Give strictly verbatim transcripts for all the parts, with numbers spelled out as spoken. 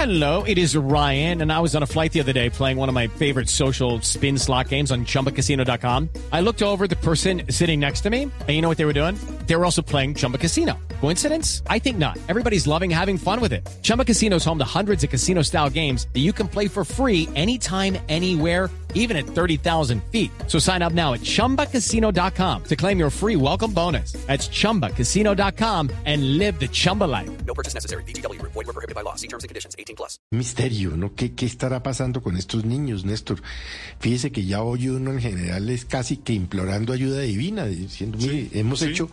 Hello, it is Ryan, and I was on a flight the other day playing one of my favorite social spin slot games on Chumba Casino dot com. I looked over at the person sitting next to me, and you know what they were doing? They were also playing Chumba Casino. Coincidence? I think not. Everybody's loving having fun with it. Chumba Casino is home to hundreds of casino-style games that you can play for free anytime, anywhere, even at thirty thousand feet. So sign up now at Chumba Casino dot com to claim your free welcome bonus. That's Chumba Casino dot com and live the Chumba life. No purchase necessary. V G W. Void where prohibited by law. See terms and conditions. eighteen plus. Misterio, ¿no? ¿Qué, ¿Qué estará pasando con estos niños, Néstor? Fíjese que ya hoy uno en general es casi que implorando ayuda divina, diciendo, mire, sí, hemos sí. hecho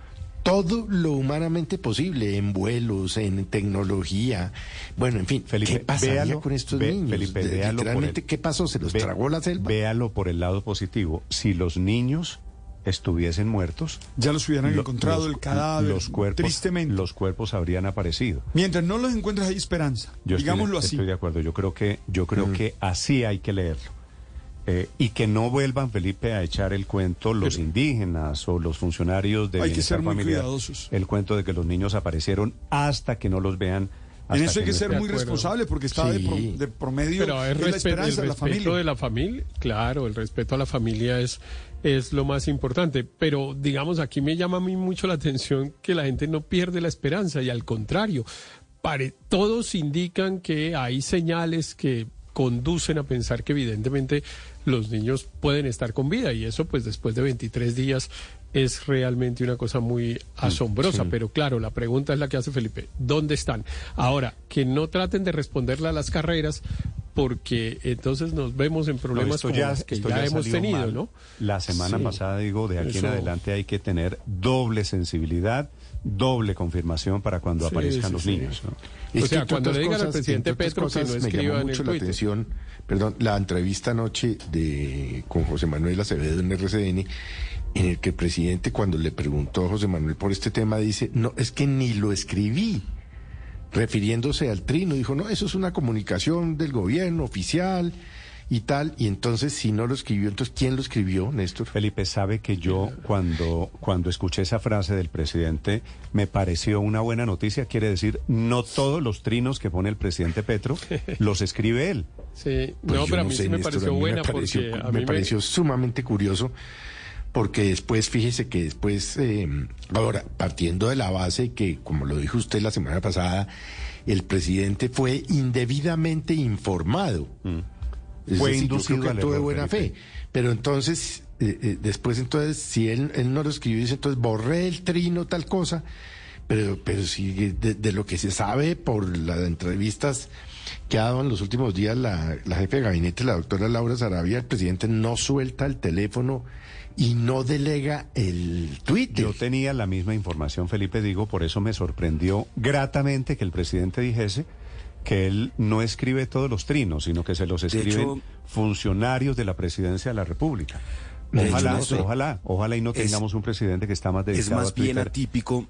todo lo humanamente posible en vuelos, en tecnología. Bueno, en fin, Felipe, ¿qué pasaría véalo, con estos ve, niños? Felipe, de, literalmente, el, ¿qué pasó? ¿Se los ve, tragó la selva? Véalo por el lado positivo. Si los niños estuviesen muertos, ya los hubieran lo, encontrado los, el cadáver, los cuerpos, tristemente. Los cuerpos habrían aparecido. Mientras no los encuentras hay esperanza, yo digámoslo estoy, así. Estoy de acuerdo, yo creo que, yo creo mm. que así hay que leerlo. Eh, y que no vuelvan, Felipe, a echar el cuento los Pero, indígenas o los funcionarios de hay que ser muy familiar, cuidadosos. El cuento de que los niños aparecieron hasta que no los vean. En eso hay que, que ser no muy responsable porque está sí. de, pro, de promedio. Pero el, es respeto, la esperanza el de la respeto familia. de la familia, claro, el respeto a la familia es, es lo más importante. Pero, digamos, aquí me llama a mí mucho la atención que la gente no pierde la esperanza y al contrario, pare, todos indican que hay señales que conducen a pensar que evidentemente los niños pueden estar con vida y eso pues después de veintitrés días es realmente una cosa muy asombrosa, sí. Pero claro, la pregunta es la que hace Felipe, ¿dónde están? Ahora, que no traten de responderle a las carreras porque entonces nos vemos en problemas no, como ya, los que ya, ya hemos tenido, mal. ¿no? La semana sí. pasada, digo, de aquí eso... en adelante hay que tener doble sensibilidad, doble confirmación para cuando sí, aparezcan sí, los sí. niños, ¿no? O sea, cuando le digan al presidente Petro que no escriba en el mucho Twitter. la atención, perdón, la entrevista anoche de con José Manuel Acevedo en R C N, en el que el presidente, cuando le preguntó a José Manuel por este tema, dice, no, es que ni lo escribí, refiriéndose al trino, dijo, no, eso es una comunicación del gobierno oficial y tal, y entonces si no lo escribió, entonces ¿quién lo escribió, Néstor? Felipe, sabe que yo cuando, cuando escuché esa frase del presidente me pareció una buena noticia, quiere decir, no todos los trinos que pone el presidente Petro los escribe él. Sí, pues no, pero a mí sé, sí me Néstor, pareció a mí buena me pareció, porque a me mí pareció me... sumamente curioso, porque después, fíjese que después, eh, ahora, partiendo de la base que, como lo dijo usted la semana pasada, el presidente fue indebidamente informado. Mm. Es fue decir, inducido yo creo que actuó de buena Felipe. fe. Pero entonces, eh, eh, después entonces, si él, él no lo escribió, dice, entonces borré el trino, tal cosa. Pero, pero si de, de lo que se sabe por las entrevistas que ha dado en los últimos días la, la jefe de gabinete, la doctora Laura Sarabia, el presidente no suelta el teléfono y no delega el Twitter. Yo tenía la misma información, Felipe, digo, por eso me sorprendió gratamente que el presidente dijese que él no escribe todos los trinos, sino que se los escriben hecho, funcionarios de la presidencia de la República. Ojalá, hecho, ojalá, ojalá y no tengamos es, un presidente que está más dedicado a Twitter. Es más bien atípico,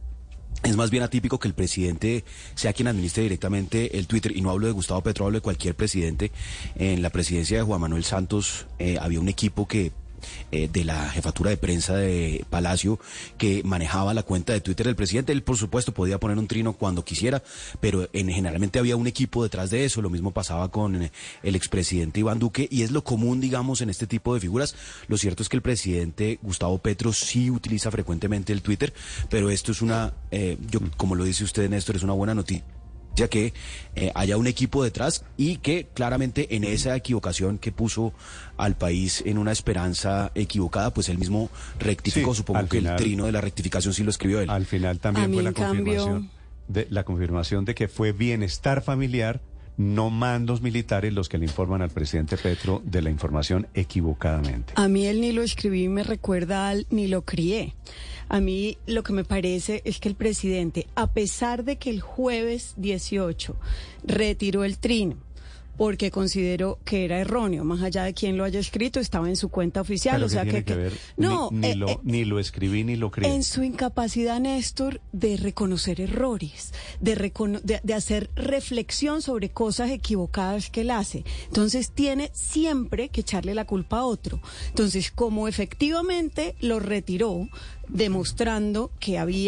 es más bien atípico que el presidente sea quien administre directamente el Twitter, y no hablo de Gustavo Petro, hablo de cualquier presidente. En la presidencia de Juan Manuel Santos eh, había un equipo que Eh, de la jefatura de prensa de Palacio que manejaba la cuenta de Twitter del presidente. Él, por supuesto, podía poner un trino cuando quisiera, pero en, generalmente había un equipo detrás de eso. Lo mismo pasaba con el expresidente Iván Duque, y es lo común, digamos, en este tipo de figuras. Lo cierto es que el presidente Gustavo Petro sí utiliza frecuentemente el Twitter, pero esto es una, eh, yo, como lo dice usted, Néstor, es una buena noticia, ya que eh, haya un equipo detrás y que claramente en esa equivocación que puso al país en una esperanza equivocada, pues él mismo rectificó. Sí, supongo que final, el trino de la rectificación sí lo escribió él. Al final también fue la confirmación, cambio... de, la confirmación de que fue bienestar familiar, no mandos militares, los que le informan al presidente Petro de la información equivocadamente. A mí él ni lo escribí me recuerda al ni lo crié. A mí lo que me parece es que el presidente, a pesar de que el jueves dieciocho retiró el trino, porque consideró que era erróneo, más allá de quién lo haya escrito, estaba en su cuenta oficial. ¿Pero o sea qué tiene que, que ver? No, ni, ni, eh, lo, eh, ni lo escribí ni lo creí. En su incapacidad, Néstor, de reconocer errores, de, recono de, de hacer reflexión sobre cosas equivocadas que él hace. Entonces tiene siempre que echarle la culpa a otro. Entonces, como efectivamente lo retiró, demostrando que había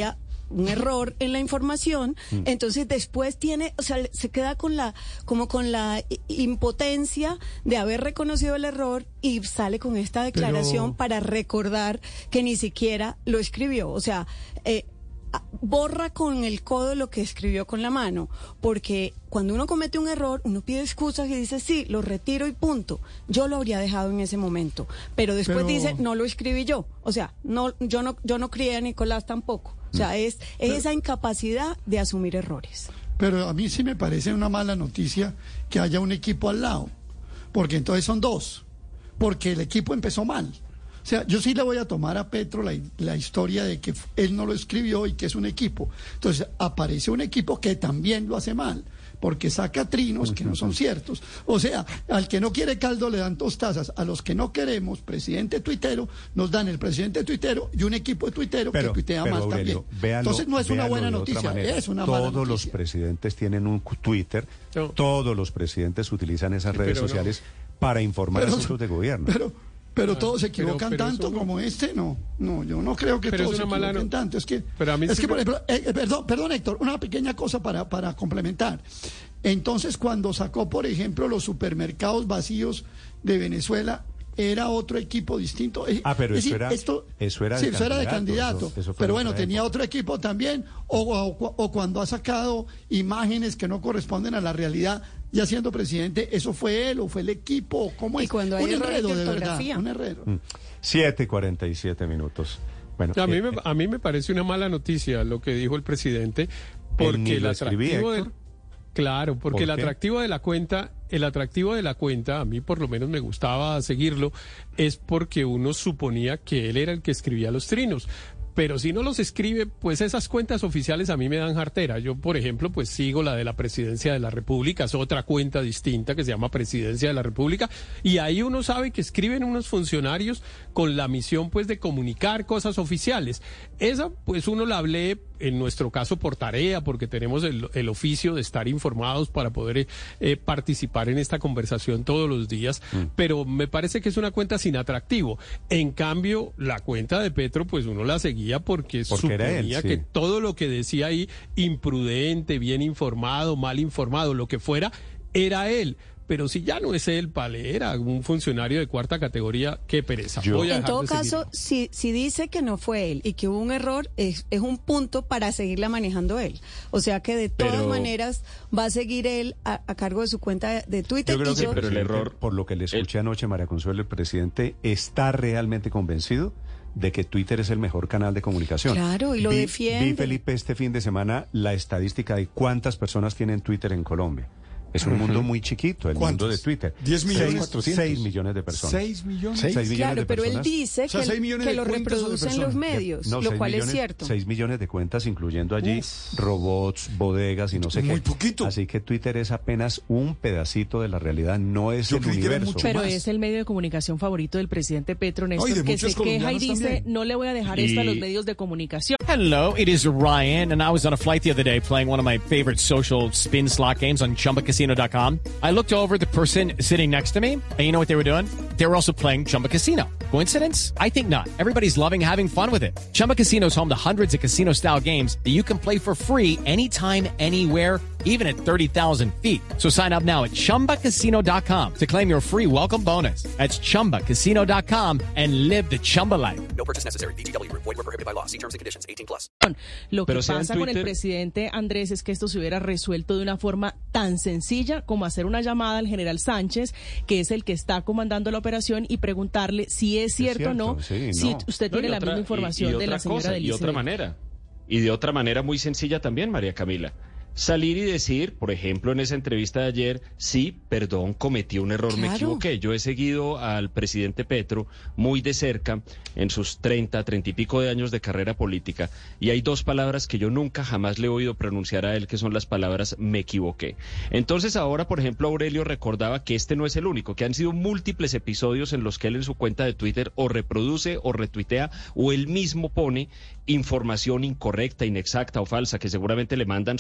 un error en la información, entonces después tiene, o sea, se queda con la, como con la impotencia de haber reconocido el error y sale con esta declaración Pero... para recordar que ni siquiera lo escribió. O sea, eh, borra con el codo lo que escribió con la mano, porque cuando uno comete un error, uno pide excusas y dice, sí, lo retiro y punto. Yo lo habría dejado en ese momento, pero después pero... dice, no lo escribí yo. O sea, no, yo no, yo no crié a Nicolás tampoco. O sea, es, es pero... esa incapacidad de asumir errores. Pero a mí sí me parece una mala noticia que haya un equipo al lado, porque entonces son dos, porque el equipo empezó mal. O sea, yo sí le voy a tomar a Petro la, la historia de que él no lo escribió y que es un equipo. Entonces aparece un equipo que también lo hace mal, porque saca trinos que no son ciertos. O sea, al que no quiere caldo le dan dos tazas. A los que no queremos, presidente tuitero, nos dan el presidente tuitero y un equipo de tuitero pero, que tuitea pero, mal Aurelio, también. véalo, Entonces no es una buena noticia, es una mala noticia. Todos los presidentes tienen un Twitter, no. Todos los presidentes utilizan esas redes pero sociales no. para informar pero, a sus de gobierno. Pero, Pero ah, todos se equivocan pero, pero tanto no... como este, no, no, yo no creo que pero todos se equivoquen no... tanto. Es que, pero a mí es sí que me... por ejemplo, eh, eh, perdón, perdón, Héctor, una pequeña cosa para, para complementar. Entonces, cuando sacó, por ejemplo, los supermercados vacíos de Venezuela, era otro equipo distinto. Ah, pero es eso, decir, era, esto, eso era de sí, candidato. Eso era de candidato. Eso, eso pero bueno, tenía época. otro equipo también, o, o, o cuando ha sacado imágenes que no corresponden a la realidad, ya siendo presidente, ¿eso fue él o fue el equipo? ¿Cómo es? Y cuando hay un enredo, de, de verdad, un enredo. Mm. siete cuarenta y siete minutos. Bueno, a, mí eh, me, a mí me parece una mala noticia lo que dijo el presidente, porque el atractivo de, claro, porque ¿Por el atractivo de la cuenta, el atractivo de la cuenta, a mí por lo menos me gustaba seguirlo, es porque uno suponía que él era el que escribía los trinos. Pero si no los escribe, pues esas cuentas oficiales a mí me dan jartera. Yo, por ejemplo, pues sigo la de la Presidencia de la República, es otra cuenta distinta que se llama Presidencia de la República, y ahí uno sabe que escriben unos funcionarios con la misión, pues, de comunicar cosas oficiales. Esa, pues, uno la lee, en nuestro caso, por tarea, porque tenemos el, el oficio de estar informados para poder eh, participar en esta conversación todos los días, mm. pero me parece que es una cuenta sin atractivo. En cambio, la cuenta de Petro, pues, uno la seguía porque, porque suponía él, sí. que todo lo que decía ahí, imprudente, bien informado, mal informado, lo que fuera, era él. Pero si ya no es él, Pale, era un funcionario de cuarta categoría, qué pereza. Yo, Voy a en todo caso, si, si dice que no fue él y que hubo un error, es, es un punto para seguirla manejando él. O sea que de todas pero, maneras va a seguir él a, a cargo de su cuenta de Twitter. Yo creo y que yo... pero el error, por lo que le escuché el... anoche, María Consuelo, el presidente está realmente convencido de que Twitter es el mejor canal de comunicación. Claro, y lo vi, defiende. Vi, Felipe, este fin de semana la estadística de cuántas personas tienen Twitter en Colombia. Es un mundo muy chiquito, el mundo de Twitter. ¿diez millones? seis millones de personas. ¿seis millones? seis millones claro, de pero personas. él dice o sea, que, el, que lo reproducen los medios, no, lo cual millones, es cierto. seis millones de cuentas, incluyendo allí Uf. robots, bodegas y no sé muy qué. Muy poquito. Así que Twitter es apenas un pedacito de la realidad, no es Yo el universo. Pero más. es el medio de comunicación favorito del presidente Petro, Néstor, no, que se queja y dice, también. no le voy a dejar y... esto a los medios de comunicación. Hello, it is Ryan, and I was on a flight the other day playing one of my favorite social spin slot games on chumba casino dot com. I looked over the person sitting next to me, and you know what they were doing? They were also playing Chumba Casino. Coincidence? I think not. Everybody's loving having fun with it. Chumba Casino is home to hundreds of casino-style games that you can play for free anytime, anywhere, even at thirty thousand feet. So sign up now at chumba casino dot com to claim your free welcome bonus. That's chumba casino dot com and live the Chumba life. No purchase necessary. V G W. Void where prohibited by law. See terms and conditions. eighteen plus. Lo que pasa con el presidente Andrés es que esto se hubiera resuelto de una forma tan sencilla como hacer una llamada al general Sánchez, que es el que está comandando la operación, y preguntarle si es cierto o no, sí, si no. usted tiene no, la otra, misma información y, y de la señora cosa, Delicia. Y de otra manera, y de otra manera muy sencilla también, María Camila. Salir y decir, por ejemplo, en esa entrevista de ayer, sí, perdón, cometí un error, claro. me equivoqué. Yo he seguido al presidente Petro muy de cerca en sus treinta, treinta y pico de años de carrera política, y hay dos palabras que yo nunca jamás le he oído pronunciar a él, que son las palabras me equivoqué. Entonces ahora, por ejemplo, Aurelio recordaba que este no es el único, que han sido múltiples episodios en los que él en su cuenta de Twitter o reproduce o retuitea o él mismo pone información incorrecta, inexacta o falsa, que seguramente le mandan sus asesores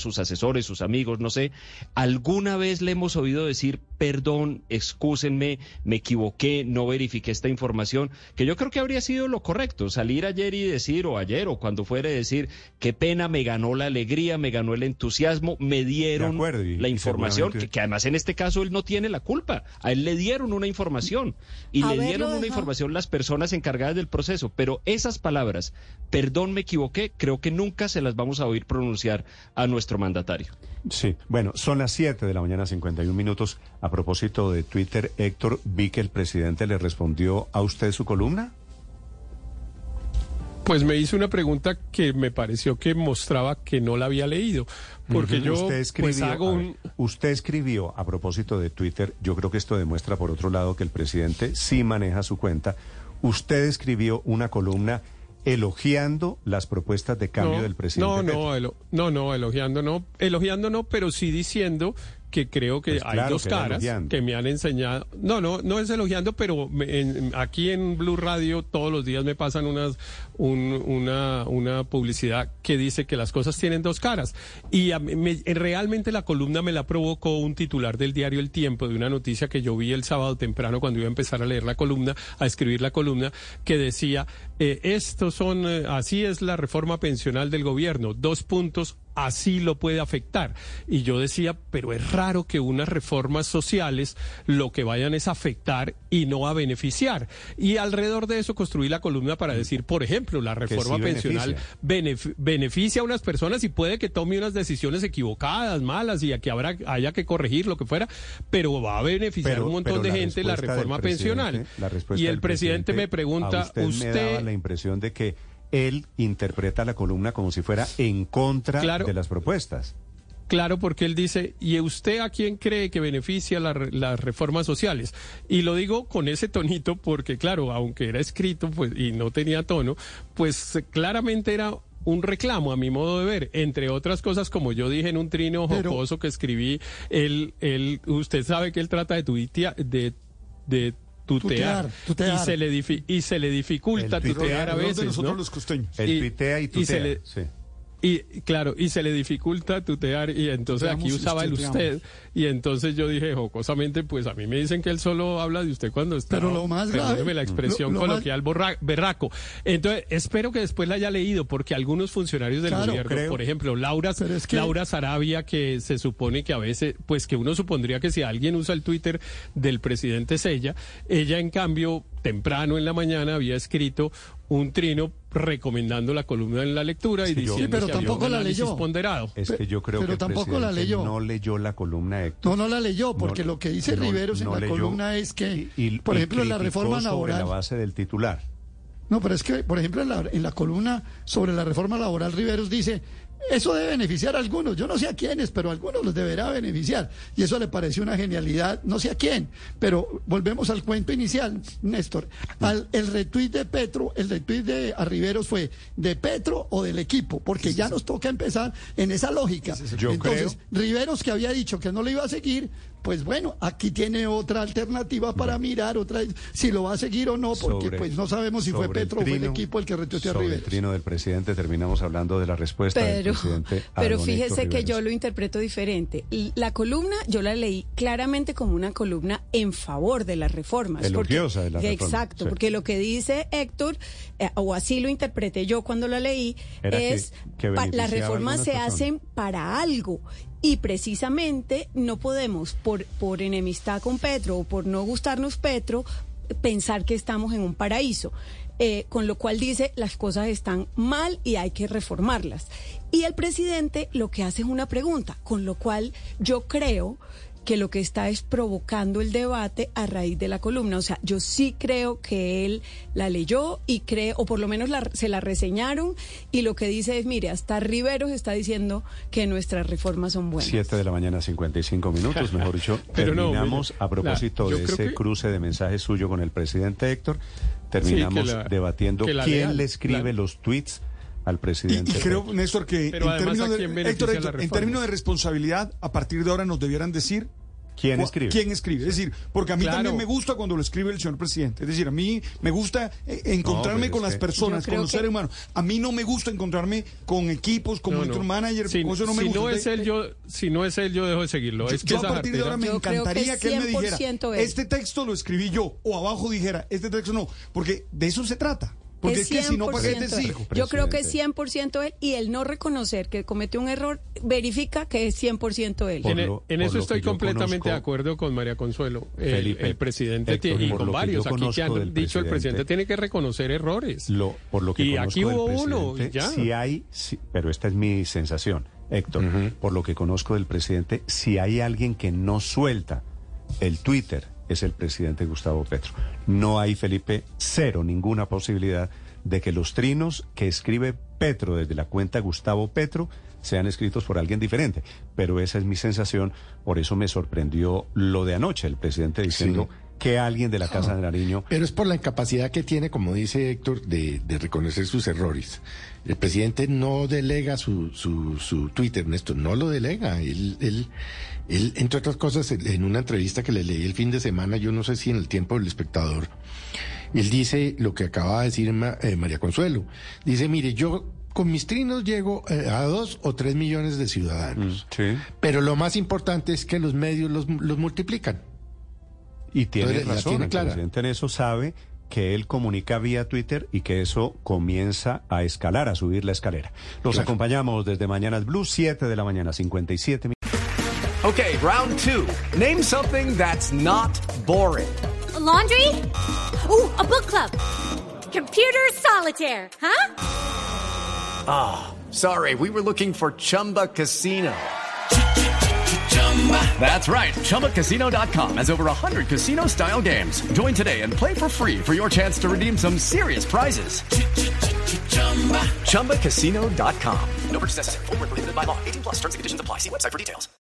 asesores, sus amigos, no sé, ¿alguna vez le hemos oído decir, perdón, excúsenme, me equivoqué, no verifiqué esta información? Que yo creo que habría sido lo correcto, salir ayer y decir, o ayer, o cuando fuere, decir, qué pena, me ganó la alegría, me ganó el entusiasmo, me dieron acuerdo, y, la información, que, que además en este caso él no tiene la culpa, a él le dieron una información, y a le dieron una deja. información las personas encargadas del proceso, pero esas palabras, perdón, me equivoqué, creo que nunca se las vamos a oír pronunciar a nuestro mandatario. Sí, bueno, son las siete de la mañana, cincuenta y un minutos. A propósito de Twitter, Héctor, vi que el presidente le respondió a usted su columna. Pues me hizo una pregunta que me pareció que mostraba que no la había leído, porque uh-huh. yo usted escribió, pues hago un... ver, usted escribió a propósito de Twitter, yo creo que esto demuestra por otro lado que el presidente sí maneja su cuenta. Usted escribió una columna elogiando las propuestas de cambio no, del presidente. No, Petro. no, elo, no, no, elogiando no, elogiando no, pero sí diciendo que creo que pues hay claro, dos que caras que me han enseñado. No, no, no es elogiando, pero me, en, aquí en Blue Radio todos los días me pasan unas un, una una publicidad que dice que las cosas tienen dos caras. Y a, me, realmente la columna me la provocó un titular del diario El Tiempo de una noticia que yo vi el sábado temprano cuando iba a empezar a leer la columna, a escribir la columna, que decía, eh, estos son, eh, así es la reforma pensional del gobierno, dos puntos, así lo puede afectar. Y yo decía, pero es raro que unas reformas sociales lo que vayan es a afectar y no a beneficiar. Y alrededor de eso construí la columna para decir, por ejemplo, la reforma sí pensional beneficia. beneficia a unas personas y puede que tome unas decisiones equivocadas, malas, y que habrá, haya que corregir lo que fuera, pero va a beneficiar a un montón de gente la reforma pensional. Y el presidente me pregunta, usted, usted me daba la impresión de que él interpreta la columna como si fuera en contra claro, de las propuestas. Claro, porque él dice, ¿y usted a quién cree que beneficia la, las reformas sociales? Y lo digo con ese tonito porque, claro, aunque era escrito pues y no tenía tono, pues claramente era un reclamo a mi modo de ver, entre otras cosas, como yo dije en un trino Pero... jocoso que escribí, él, él, usted sabe que él trata de tuitea, de, de Tutear, tutear, tutear. Y, se le difi y se le dificulta el tutear a veces, de nosotros ¿no? los costeños. El tuitea y tutea, y se le, sí. Y claro, y se le dificulta tutear, y entonces tuteamos, aquí usaba el usted, y entonces yo dije jocosamente, pues a mí me dicen que él solo habla de usted cuando está, pero lo más grave, la expresión lo, lo coloquial más... berraco. Entonces, espero que después la haya leído, porque algunos funcionarios del claro, gobierno, creo. por ejemplo, Laura, es que... Laura Sarabia, que se supone que a veces, pues que uno supondría que si alguien usa el Twitter del presidente es ella, ella en cambio, temprano en la mañana había escrito un trino recomendando la columna en la lectura y sí, diciendo sí, pero que tampoco había un la leyó. Ponderado. Es que yo creo pero que el tampoco la leyó. no leyó la columna, Héctor. No, no la leyó, porque no, lo que dice no, Riveros no en la leyó, columna es que, y, y, por ejemplo, en la reforma laboral... sobre la base del titular. No, pero es que, por ejemplo, en la, en la columna sobre la reforma laboral, Riveros dice... Eso debe beneficiar a algunos, yo no sé a quiénes, pero a algunos los deberá beneficiar. Y eso le pareció una genialidad, no sé a quién. Pero volvemos al cuento inicial, Néstor. Al, el retweet de Petro, el retweet de a Riveros fue de Petro o del equipo, porque sí, ya sí, nos toca empezar en esa lógica. Sí, sí, yo Entonces, creo... Riveros, que había dicho que no le iba a seguir, pues bueno, aquí tiene otra alternativa para bueno. mirar, otra si lo va a seguir o no, porque sobre, pues no sabemos si fue Petro o fue el equipo el que retuiteó a Riveros. Sobre el trino del presidente terminamos hablando de la respuesta pero, del presidente a Pero don fíjese Héctor que Riveros. yo lo interpreto diferente. La columna yo la leí claramente como una columna en favor de las reformas. Elogiosa porque, de las reformas. Exacto, sí. porque lo que dice Héctor, eh, o así lo interpreté yo cuando la leí, Era es que, que pa, las reformas se personas. hacen para algo. Y precisamente no podemos, por, por enemistad con Petro o por no gustarnos Petro, pensar que estamos en un paraíso. Eh, con lo cual dice, las cosas están mal y hay que reformarlas. Y el presidente lo que hace es una pregunta, con lo cual yo creo que lo que está es provocando el debate a raíz de la columna. O sea, yo sí creo que él la leyó y creo, o por lo menos la, se la reseñaron, y lo que dice es, mire, hasta Riveros está diciendo que nuestras reformas son buenas. Siete de la mañana, cincuenta y cinco minutos, mejor dicho. Pero terminamos no, mire, a propósito la, de ese que... cruce de mensajes suyo con el presidente Héctor, terminamos sí, la, debatiendo quién leal, le escribe la... los tweets al presidente. Y, y creo, Néstor, que en términos, de, Héctor, Héctor, en términos de responsabilidad, a partir de ahora nos debieran decir ¿Quién escribe? ¿Quién escribe? Es decir, porque a mí Claro. también me gusta cuando lo escribe el señor presidente. Es decir, a mí me gusta eh, encontrarme No, con pero es las que- personas, Yo con creo los que- seres humanos. A mí no me gusta encontrarme con equipos, con No, no. manager, Si, eso no me si gusta. no es él, yo, si no es él, yo dejo de seguirlo. Yo, es que yo esa a partir de jartera- ahora me Yo creo que encantaría que, él me dijera, cien por ciento él. este texto lo escribí yo, o abajo dijera, este texto no, porque de eso se trata. Porque es, que si no, ¿para qué te cien por ciento sigo? él. Yo creo que es Presidente. cien por ciento él y el no reconocer que cometió un error verifica que es cien por ciento él. Por En, lo- en por eso lo estoy que yo completamente conozco, de acuerdo con María Consuelo. El, Felipe, el presidente Héctor, tiene- y por con lo que varios yo aquí que conozco han del dicho el presidente presidente, tiene que reconocer errores. Lo, por lo que Y conozco aquí del hubo uno, presidente, ya. si hay, si- pero esta es mi sensación, Héctor, por lo que conozco del presidente, si hay alguien que no suelta el Twitter, es el presidente Gustavo Petro. No hay, Felipe, cero, ninguna posibilidad de que los trinos que escribe Petro desde la cuenta Gustavo Petro sean escritos por alguien diferente. Pero esa es mi sensación, por eso me sorprendió lo de anoche, el presidente diciendo que alguien de la Casa de Nariño... Pero es por la incapacidad que tiene, como dice Héctor, de, de reconocer sus errores. El presidente no delega su, su, su Twitter, Néstor, no lo delega. Él, él, él, entre otras cosas, en una entrevista que le leí el fin de semana, yo no sé si en el Tiempo del Espectador, él dice lo que acaba de decir Ma- eh, María Consuelo. Dice, mire, yo con mis trinos llego eh, a dos o tres millones de ciudadanos. Sí. Pero lo más importante es que los medios los, los multiplican. Y tiene Entonces, la razón, tiene el clara. presidente en eso sabe que él comunica vía Twitter y que eso comienza a escalar, a subir la escalera. Los Claro. acompañamos desde Mañanas Blue, siete de la mañana, cincuenta y siete minutos. Okay, round two. Name something that's not boring. A laundry? Ooh, a book club. Computer solitaire, huh? Ah, sorry, we were looking for Chumba Casino. That's right. Chumba Casino dot com has over one hundred casino-style games. Join today and play for free for your chance to redeem some serious prizes. Chumba Casino dot com. No purchase necessary. Void where prohibited by law. eighteen plus terms and conditions apply. See website for details.